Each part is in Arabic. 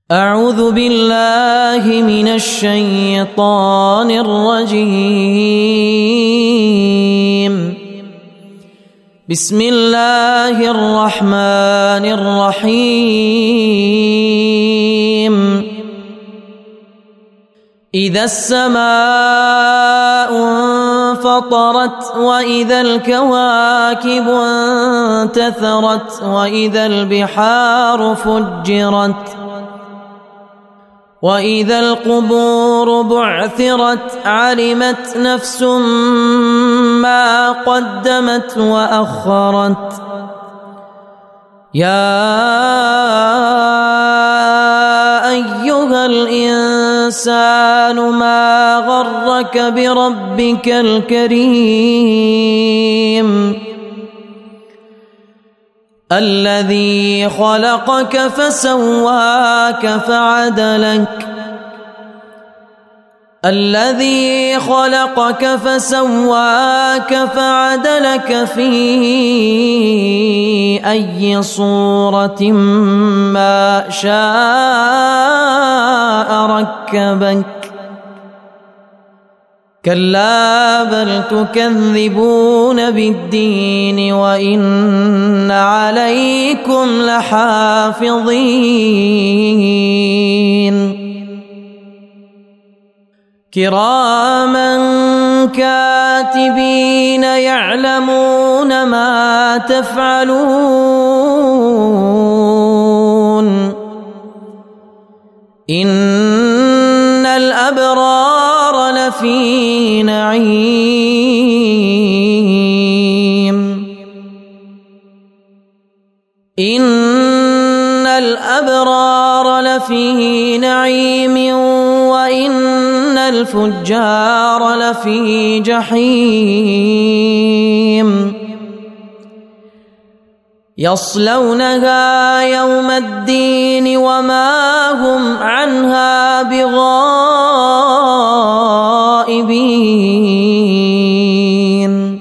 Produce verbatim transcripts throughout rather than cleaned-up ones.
أعوذ بالله من الشيطان الرجيم. بسم الله الرحمن الرحيم. إذا السماء انفطرت وإذا الكواكب انتثرت وإذا البحار فجرت وإذا القبور بعثرت علمت نفس ما قدمت وأخرت. يا أيها الإنسان ما غرك بربك الكريم الذي خلقك فسواك فعدلك الذي خلقك فسواك فعدلك في أي صورة ما شاء ركبك. كلا بل تكذبون بالدين وإن عليكم لحافظين كراما كاتبين يعلمون ما تفعلون. إن الأبرار لفي نعيم إن الأبرار لفي نعيم وإن الفجار لفي جحيم يصلونها يوم الدين وما هم عنها بغائبين.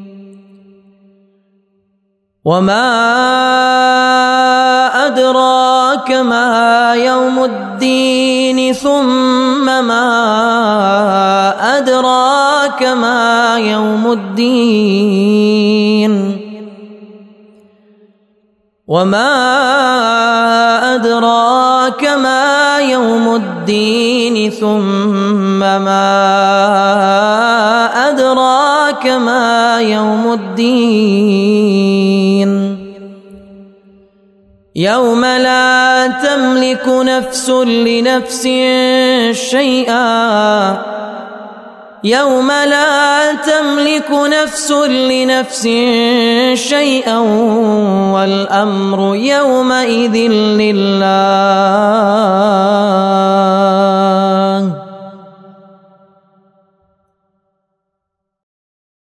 وما أدراك ما يوم الدين ثم ما أدراك ما يوم الدين وما أدراك ما يوم الدين ثم ما أدراك ما يوم الدين يوم لا تملك نفس لنفس شيئا يوم لا تملك نفس لنفس شيئا والأمر يومئذ لله.